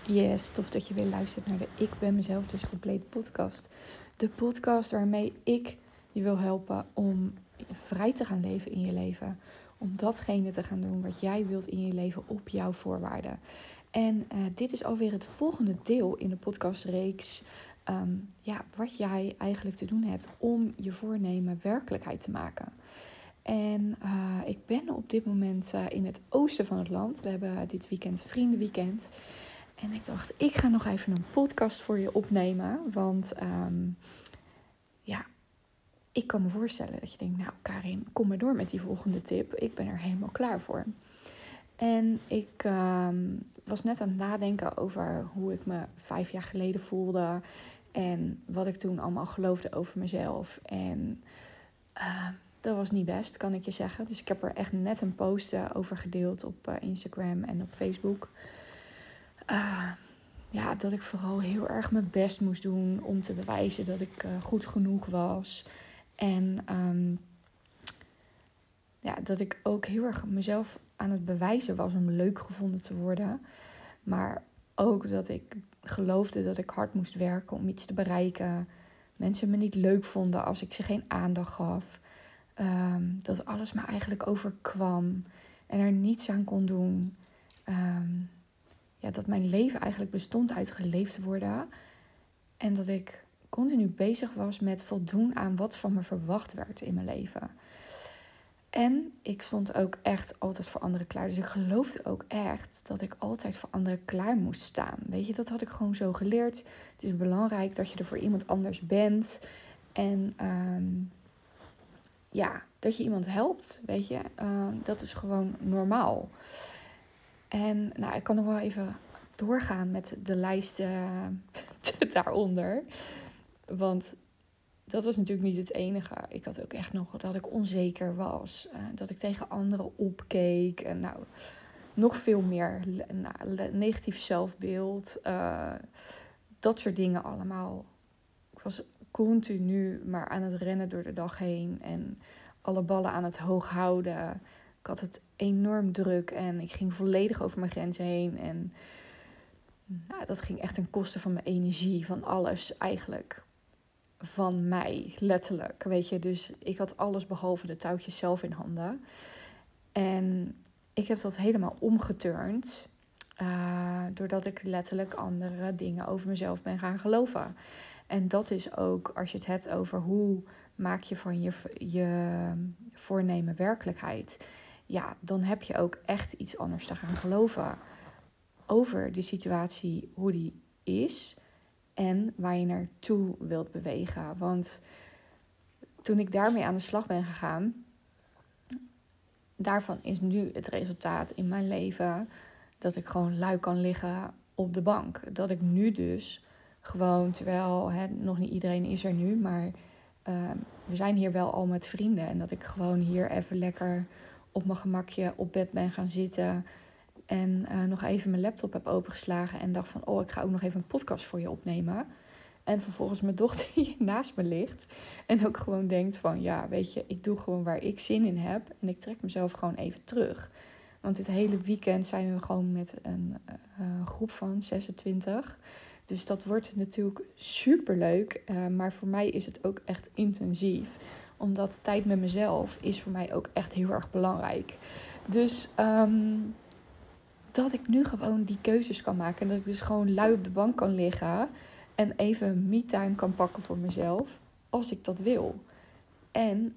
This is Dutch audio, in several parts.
Yes, tof dat je weer luistert naar de Ik Ben Mezelf dus compleet podcast. De podcast waarmee ik je wil helpen om vrij te gaan leven in je leven. Om datgene te gaan doen wat jij wilt in je leven op jouw voorwaarden. En dit is alweer het volgende deel in de podcastreeks. Wat jij eigenlijk te doen hebt om je voornemen werkelijkheid te maken. En ik ben op dit moment in het oosten van het land. We hebben dit weekend vriendenweekend. En ik dacht, ik ga nog even een podcast voor je opnemen. Want ik kan me voorstellen dat je denkt, nou Karin, kom maar door met die volgende tip. Ik ben er helemaal klaar voor. En ik was net aan het nadenken over hoe ik me 5 jaar geleden voelde. En wat ik toen allemaal geloofde over mezelf. En dat was niet best, kan ik je zeggen. Dus ik heb er echt net een post over gedeeld op Instagram en op Facebook. Dat ik vooral heel erg mijn best moest doen om te bewijzen dat ik goed genoeg was. En dat ik ook heel erg mezelf aan het bewijzen was om leuk gevonden te worden. Maar ook dat ik geloofde dat ik hard moest werken om iets te bereiken. Mensen me niet leuk vonden als ik ze geen aandacht gaf. Dat alles me eigenlijk overkwam en er niets aan kon doen. Dat mijn leven eigenlijk bestond uit geleefd worden. En dat ik continu bezig was met voldoen aan wat van me verwacht werd in mijn leven. En ik stond ook echt altijd voor anderen klaar. Dus ik geloofde ook echt dat ik altijd voor anderen klaar moest staan. Weet je, dat had ik gewoon zo geleerd. Het is belangrijk dat je er voor iemand anders bent. En dat je iemand helpt, weet je. Dat is gewoon normaal. En ik kan nog wel even doorgaan met de lijst daaronder. Want dat was natuurlijk niet het enige. Ik had ook echt nog dat ik onzeker was. Dat ik tegen anderen opkeek. En nog veel meer negatief zelfbeeld. Dat soort dingen allemaal. Ik was continu maar aan het rennen door de dag heen. En alle ballen aan het hoog houden. Ik had het enorm druk. En ik ging volledig over mijn grenzen heen. En dat ging echt ten koste van mijn energie. Van alles eigenlijk. Van mij, letterlijk. Weet je, dus ik had alles behalve de touwtjes zelf in handen. En ik heb dat helemaal omgeturnd. Doordat ik letterlijk andere dingen over mezelf ben gaan geloven. En dat is ook, als je het hebt over hoe maak je van je voornemen werkelijkheid. Ja, dan heb je ook echt iets anders te gaan geloven. Over de situatie, hoe die is. En waar je naartoe wilt bewegen. Want toen ik daarmee aan de slag ben gegaan. Daarvan is nu het resultaat in mijn leven. Dat ik gewoon lui kan liggen op de bank. Dat ik nu dus gewoon, terwijl nog niet iedereen is er nu. Maar we zijn hier wel al met vrienden. En dat ik gewoon hier even lekker op mijn gemakje op bed ben gaan zitten. En nog even mijn laptop heb opengeslagen. En dacht van, ik ga ook nog even een podcast voor je opnemen. En vervolgens mijn dochter hier naast me ligt. En ook gewoon denkt van, weet je, ik doe gewoon waar ik zin in heb. En ik trek mezelf gewoon even terug. Want dit hele weekend zijn we gewoon met een groep van 26. Dus dat wordt natuurlijk superleuk. Maar voor mij is het ook echt intensief. Omdat tijd met mezelf is voor mij ook echt heel erg belangrijk. Dus dat ik nu gewoon die keuzes kan maken. En dat ik dus gewoon lui op de bank kan liggen. En even me-time kan pakken voor mezelf. Als ik dat wil. En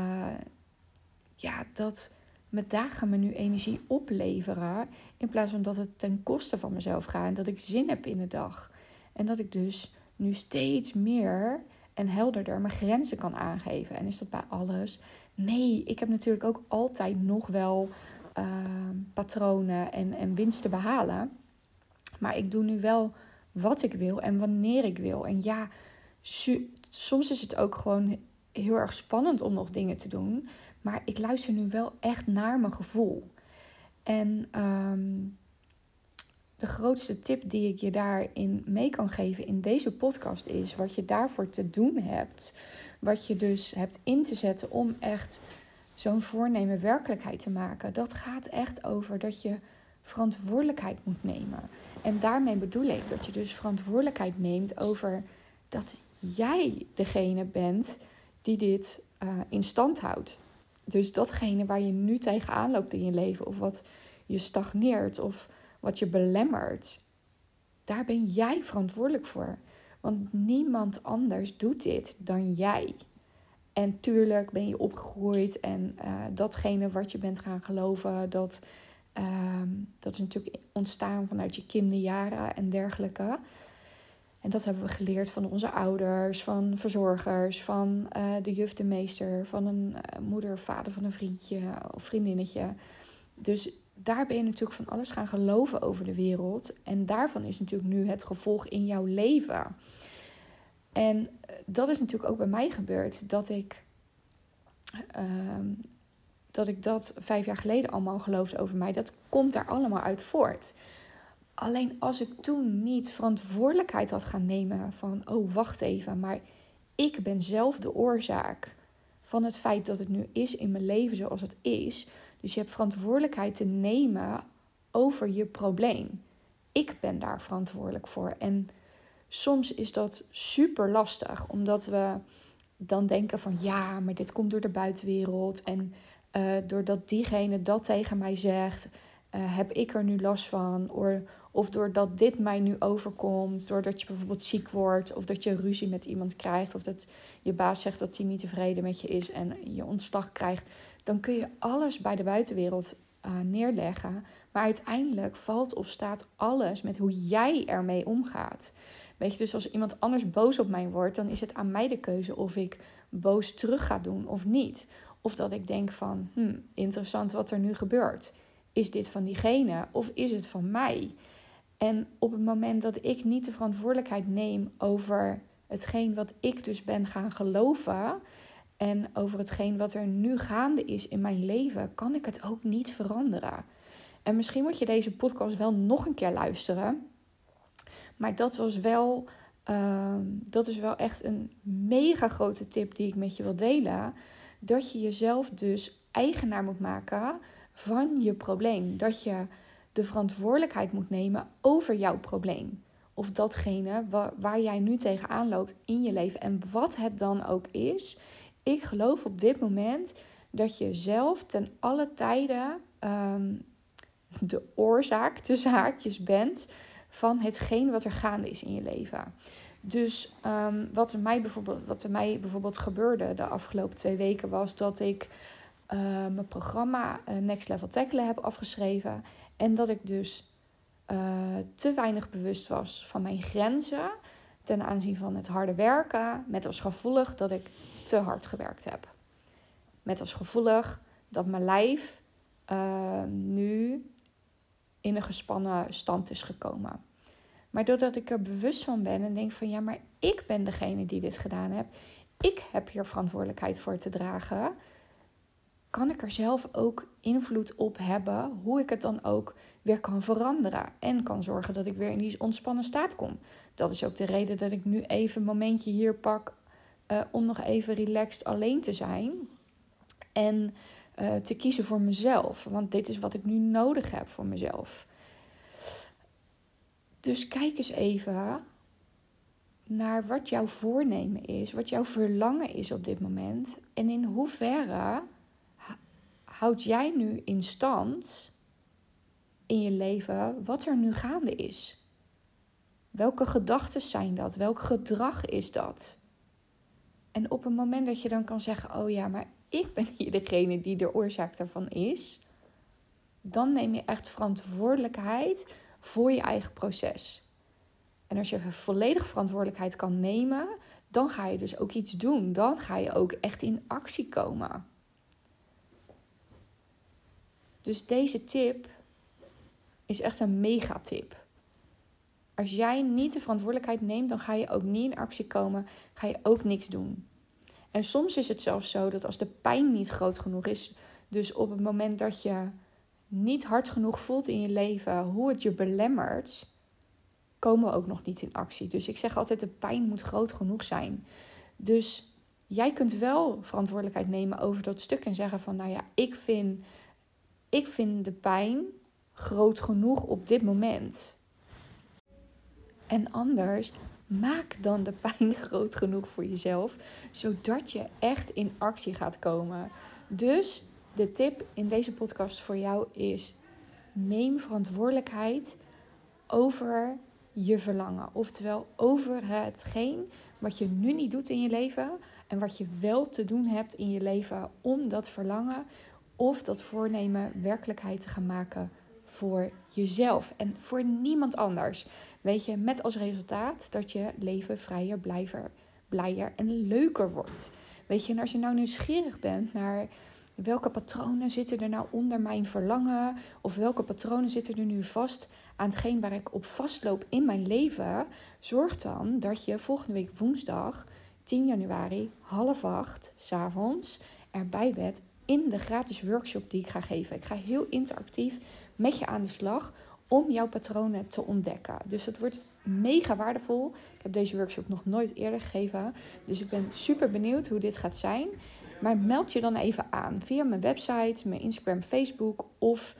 dat mijn dagen me nu energie opleveren. In plaats van dat het ten koste van mezelf gaat. En dat ik zin heb in de dag. En dat ik dus nu steeds meer en helderder mijn grenzen kan aangeven. En is dat bij alles? Nee, ik heb natuurlijk ook altijd nog wel patronen en winst te behalen. Maar ik doe nu wel wat ik wil en wanneer ik wil. En soms is het ook gewoon heel erg spannend om nog dingen te doen. Maar ik luister nu wel echt naar mijn gevoel. En de grootste tip die ik je daarin mee kan geven in deze podcast is wat je daarvoor te doen hebt. Wat je dus hebt in te zetten om echt zo'n voornemen werkelijkheid te maken. Dat gaat echt over dat je verantwoordelijkheid moet nemen. En daarmee bedoel ik dat je dus verantwoordelijkheid neemt over dat jij degene bent die dit in stand houdt. Dus datgene waar je nu tegenaan loopt in je leven, of wat je stagneert, of wat je belemmert, daar ben jij verantwoordelijk voor. Want niemand anders doet dit dan jij. En tuurlijk ben je opgegroeid en datgene wat je bent gaan geloven, dat is natuurlijk ontstaan vanuit je kinderjaren en dergelijke. En dat hebben we geleerd van onze ouders, van verzorgers, van de juf, de meester, van een moeder of vader van een vriendje of vriendinnetje. Dus daar ben je natuurlijk van alles gaan geloven over de wereld. En daarvan is natuurlijk nu het gevolg in jouw leven. En dat is natuurlijk ook bij mij gebeurd, dat ik dat 5 jaar geleden allemaal geloofde over mij. Dat komt daar allemaal uit voort. Alleen als ik toen niet verantwoordelijkheid had gaan nemen van, oh wacht even, maar ik ben zelf de oorzaak van het feit dat het nu is in mijn leven zoals het is. Dus je hebt verantwoordelijkheid te nemen over je probleem. Ik ben daar verantwoordelijk voor. En soms is dat super lastig, omdat we dan denken van ja, maar dit komt door de buitenwereld. En doordat diegene dat tegen mij zegt, heb ik er nu last van. Of doordat dit mij nu overkomt, doordat je bijvoorbeeld ziek wordt, of dat je ruzie met iemand krijgt, of dat je baas zegt dat hij niet tevreden met je is en je ontslag krijgt, dan kun je alles bij de buitenwereld neerleggen. Maar uiteindelijk valt of staat alles met hoe jij ermee omgaat. Weet je, dus als iemand anders boos op mij wordt, dan is het aan mij de keuze of ik boos terug ga doen of niet. Of dat ik denk van, interessant wat er nu gebeurt. Is dit van diegene of is het van mij? En op het moment dat ik niet de verantwoordelijkheid neem over hetgeen wat ik dus ben gaan geloven en over hetgeen wat er nu gaande is in mijn leven, kan ik het ook niet veranderen. En misschien moet je deze podcast wel nog een keer luisteren. Maar dat is wel echt een mega grote tip die ik met je wil delen. Dat je jezelf dus eigenaar moet maken van je probleem. Dat je de verantwoordelijkheid moet nemen over jouw probleem. Of datgene waar jij nu tegenaan loopt in je leven. En wat het dan ook is. Ik geloof op dit moment dat je zelf ten alle tijde de oorzaak, de zaakjes bent van hetgeen wat er gaande is in je leven. Dus wat er mij bijvoorbeeld gebeurde de afgelopen 2 weken was dat ik mijn programma Next Level Tackelen heb afgeschreven. En dat ik dus te weinig bewust was van mijn grenzen ten aanzien van het harde werken. Met als gevolg dat ik te hard gewerkt heb. Met als gevolg dat mijn lijf nu in een gespannen stand is gekomen. Maar doordat ik er bewust van ben en denk van ja, maar ik ben degene die dit gedaan heb. Ik heb hier verantwoordelijkheid voor te dragen. Kan ik er zelf ook invloed op hebben hoe ik het dan ook weer kan veranderen. En kan zorgen dat ik weer in die ontspannen staat kom. Dat is ook de reden dat ik nu even een momentje hier pak om nog even relaxed alleen te zijn. En te kiezen voor mezelf. Want dit is wat ik nu nodig heb voor mezelf. Dus kijk eens even naar wat jouw voornemen is. Wat jouw verlangen is op dit moment. En in hoeverre houd jij nu in stand in je leven wat er nu gaande is. Welke gedachten zijn dat? Welk gedrag is dat? En op het moment dat je dan kan zeggen, oh ja, maar ik ben hier degene die de oorzaak daarvan is, dan neem je echt verantwoordelijkheid voor je eigen proces. En als je volledig verantwoordelijkheid kan nemen, dan ga je dus ook iets doen. Dan ga je ook echt in actie komen. Dus deze tip is echt een megatip. Als jij niet de verantwoordelijkheid neemt, dan ga je ook niet in actie komen. Ga je ook niks doen. En soms is het zelfs zo dat als de pijn niet groot genoeg is, dus op het moment dat je niet hard genoeg voelt in je leven hoe het je belemmert, komen we ook nog niet in actie. Dus ik zeg altijd, de pijn moet groot genoeg zijn. Dus jij kunt wel verantwoordelijkheid nemen over dat stuk en zeggen van, nou ja, ik vind de pijn groot genoeg op dit moment. En anders, maak dan de pijn groot genoeg voor jezelf, zodat je echt in actie gaat komen. Dus de tip in deze podcast voor jou is: neem verantwoordelijkheid over je verlangen. Oftewel over hetgeen wat je nu niet doet in je leven en wat je wel te doen hebt in je leven om dat verlangen of dat voornemen werkelijkheid te gaan maken voor jezelf en voor niemand anders. Weet je, met als resultaat dat je leven vrijer, blijer en leuker wordt. Weet je, en als je nou nieuwsgierig bent naar welke patronen zitten er nou onder mijn verlangen, of welke patronen zitten er nu vast aan hetgeen waar ik op vastloop in mijn leven, zorg dan dat je volgende week woensdag 10 januari 7:30 s'avonds erbij bent in de gratis workshop die ik ga geven. Ik ga heel interactief met je aan de slag om jouw patronen te ontdekken. Dus dat wordt mega waardevol. Ik heb deze workshop nog nooit eerder gegeven, dus ik ben super benieuwd hoe dit gaat zijn. Maar meld je dan even aan via mijn website, mijn Instagram, Facebook of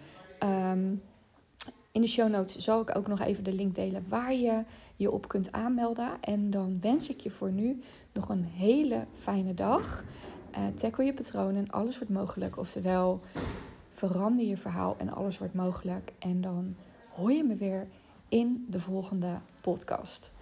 in de show notes zal ik ook nog even de link delen waar je je op kunt aanmelden. En dan wens ik je voor nu nog een hele fijne dag. Tackle je patronen en alles wordt mogelijk. Oftewel, verander je verhaal en alles wordt mogelijk. En dan hoor je me weer in de volgende podcast.